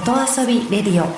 音遊びレディオ。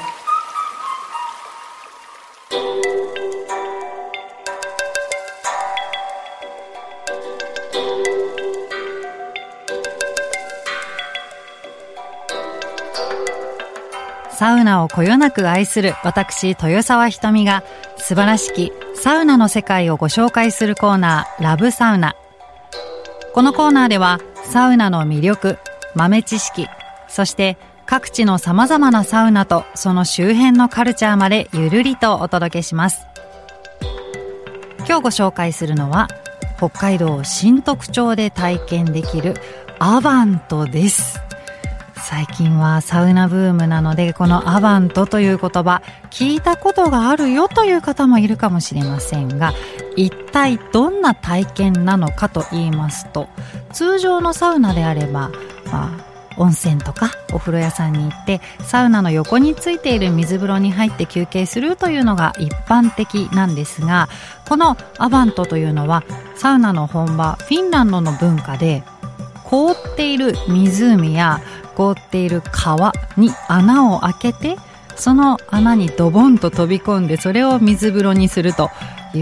サウナをこよなく愛する私豊沢ひとみが素晴らしきサウナの世界をご紹介するコーナー、ラブサウナ。このコーナーではサウナの魅力、豆知識、そして各地の様々なサウナとその周辺のカルチャーまでゆるりとお届けします。今日ご紹介するのは北海道新得町で体験できるアバントです。最近はサウナブームなので、このアバントという言葉聞いたことがあるよという方もいるかもしれませんが、一体どんな体験なのかと言いますと、通常のサウナであれば、温泉とかお風呂屋さんに行ってサウナの横についている水風呂に入って休憩するというのが一般的なんですが、このアバントというのはサウナの本場フィンランドの文化で、凍っている湖や凍っている川に穴を開けて、その穴にドボンと飛び込んでそれを水風呂にするという、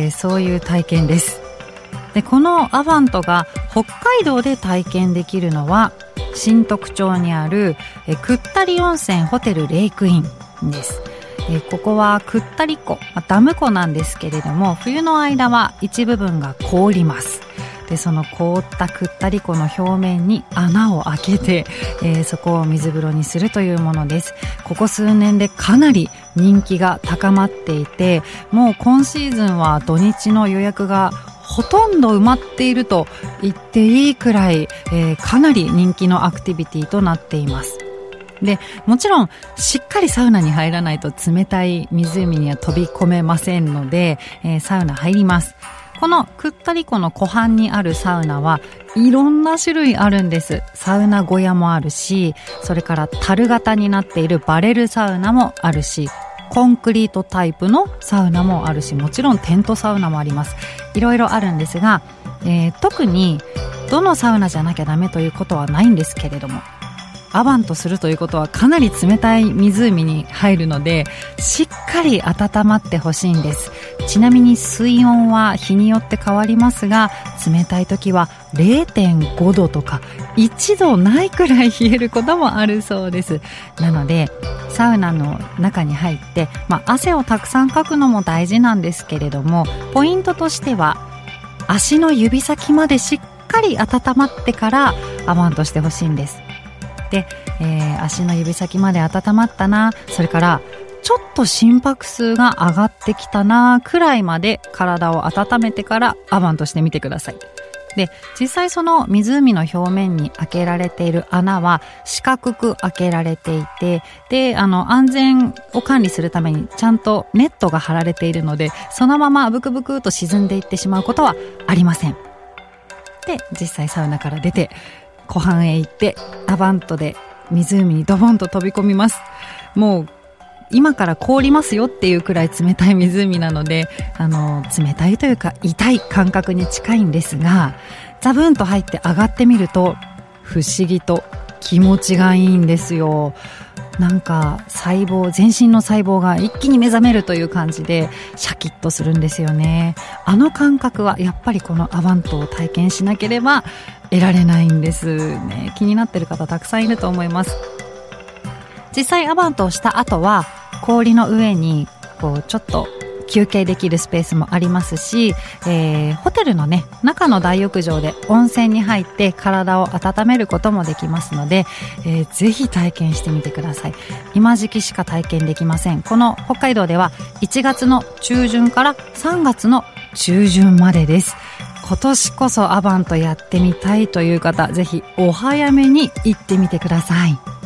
そういう体験です。で、このアバントが北海道で体験できるのは新得町にあるくったり温泉ホテルレイクインです。ここはくったり湖、ダム湖なんですけれども、冬の間は一部分が凍ります。で、その凍ったくったり湖の表面に穴を開けて、そこを水風呂にするというものです。ここ数年でかなり人気が高まっていて、もう今シーズンは土日の予約がほとんど埋まっていると言っていいくらい、かなり人気のアクティビティとなっています。で、もちろんしっかりサウナに入らないと冷たい湖には飛び込めませんので、サウナ入ります。このくったり湖の湖畔にあるサウナはいろんな種類あるんです。サウナ小屋もあるし、それから樽型になっているバレルサウナもあるし、コンクリートタイプのサウナもあるし、もちろんテントサウナもあります。いろいろあるんですが、特にどのサウナじゃなきゃダメということはないんですけれども、アバントするということはかなり冷たい湖に入るので、しっかり温まってほしいんです。ちなみに水温は日によって変わりますが、冷たい時は 0.5 度とか1度ないくらい冷えることもあるそうです。なのでサウナの中に入って、汗をたくさんかくのも大事なんですけれども、ポイントとしては足の指先までしっかり温まってからアバントしてほしいんです。で、足の指先まで温まったな、それからちょっと心拍数が上がってきたなくらいまで体を温めてからアバントしてみてください。で、実際その湖の表面に開けられている穴は四角く開けられていて、で、安全を管理するためにちゃんとネットが張られているので、そのままブクブクと沈んでいってしまうことはありません。で、実際サウナから出て湖畔へ行ってアバントで湖にドボンと飛び込みます。もう今から凍りますよっていうくらい冷たい湖なので、冷たいというか痛い感覚に近いんですが、ザブンと入って上がってみると不思議と気持ちがいいんですよ。なんか全身の細胞が一気に目覚めるという感じでシャキッとするんですよね。あの感覚はやっぱりこのアバントを体験しなければ得られないんですね。気になってる方たくさんいると思います。実際アバントをした後は氷の上にちょっと休憩できるスペースもありますし、ホテルのね、中の大浴場で温泉に入って体を温めることもできますので、ぜひ体験してみてください。今時期しか体験できません。この北海道では1月の中旬から3月の中旬までです。今年こそアバントやってみたいという方、ぜひお早めに行ってみてください。